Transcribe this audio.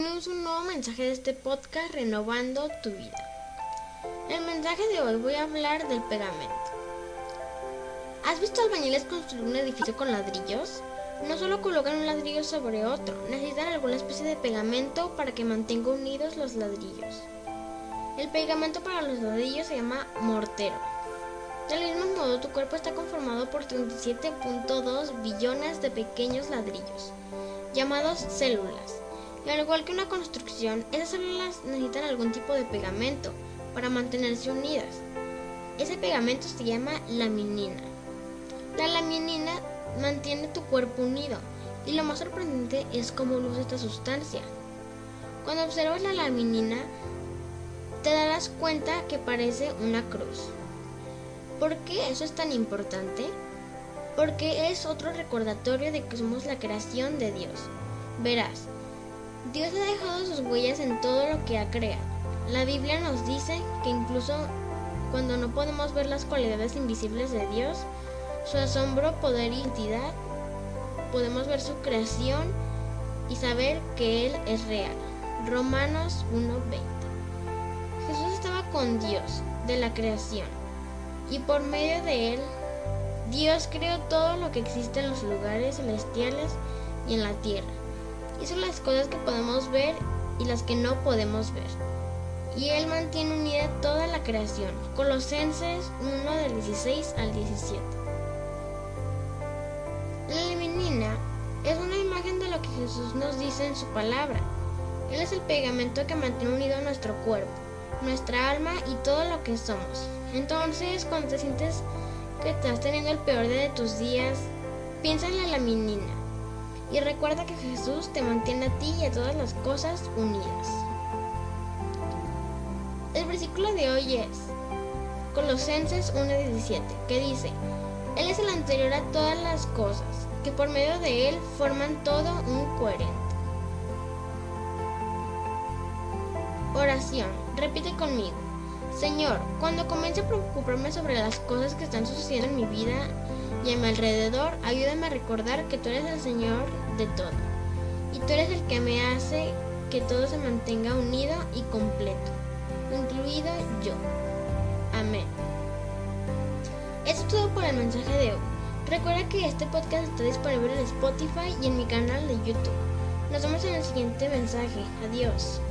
Tenemos un nuevo mensaje de este podcast, Renovando tu Vida. En el mensaje de hoy voy a hablar del pegamento. ¿Has visto albañiles construir un edificio con ladrillos? No solo colocan un ladrillo sobre otro, necesitan alguna especie de pegamento para que mantenga unidos los ladrillos. El pegamento para los ladrillos se llama mortero. Del mismo modo, tu cuerpo está conformado por 37.2 billones de pequeños ladrillos, llamados células. Y al igual que una construcción, esas células necesitan algún tipo de pegamento para mantenerse unidas. Ese pegamento se llama laminina. La laminina mantiene tu cuerpo unido, y lo más sorprendente es cómo luce esta sustancia. Cuando observas la laminina, te darás cuenta que parece una cruz. ¿Por qué eso es tan importante? Porque es otro recordatorio de que somos la creación de Dios. Verás, Dios ha dejado sus huellas en todo lo que ha creado. La Biblia nos dice que incluso cuando no podemos ver las cualidades invisibles de Dios, su asombro, poder y entidad, podemos ver su creación y saber que Él es real. Romanos 1:20. Jesús estaba con Dios de la creación, y por medio de Él, Dios creó todo lo que existe en los lugares celestiales y en la tierra. Hizo las cosas que podemos ver y las que no podemos ver. Y Él mantiene unida toda la creación. Colosenses 1 del 16 al 17. La laminina es una imagen de lo que Jesús nos dice en su palabra. Él es el pegamento que mantiene unido nuestro cuerpo, nuestra alma y todo lo que somos. Entonces, cuando te sientes que estás teniendo el peor de tus días, piensa en la laminina. Y recuerda que Jesús te mantiene a ti y a todas las cosas unidas. El versículo de hoy es Colosenses 1:17, que dice: Él es el anterior a todas las cosas, que por medio de Él forman todo un coherente. Oración. Repite conmigo. Señor, cuando comience a preocuparme sobre las cosas que están sucediendo en mi vida y a mi alrededor, ayúdame a recordar que tú eres el Señor de todo, y tú eres el que me hace que todo se mantenga unido y completo, incluido yo. Amén. Eso es todo por el mensaje de hoy. Recuerda que este podcast está disponible en Spotify y en mi canal de YouTube. Nos vemos en el siguiente mensaje. Adiós.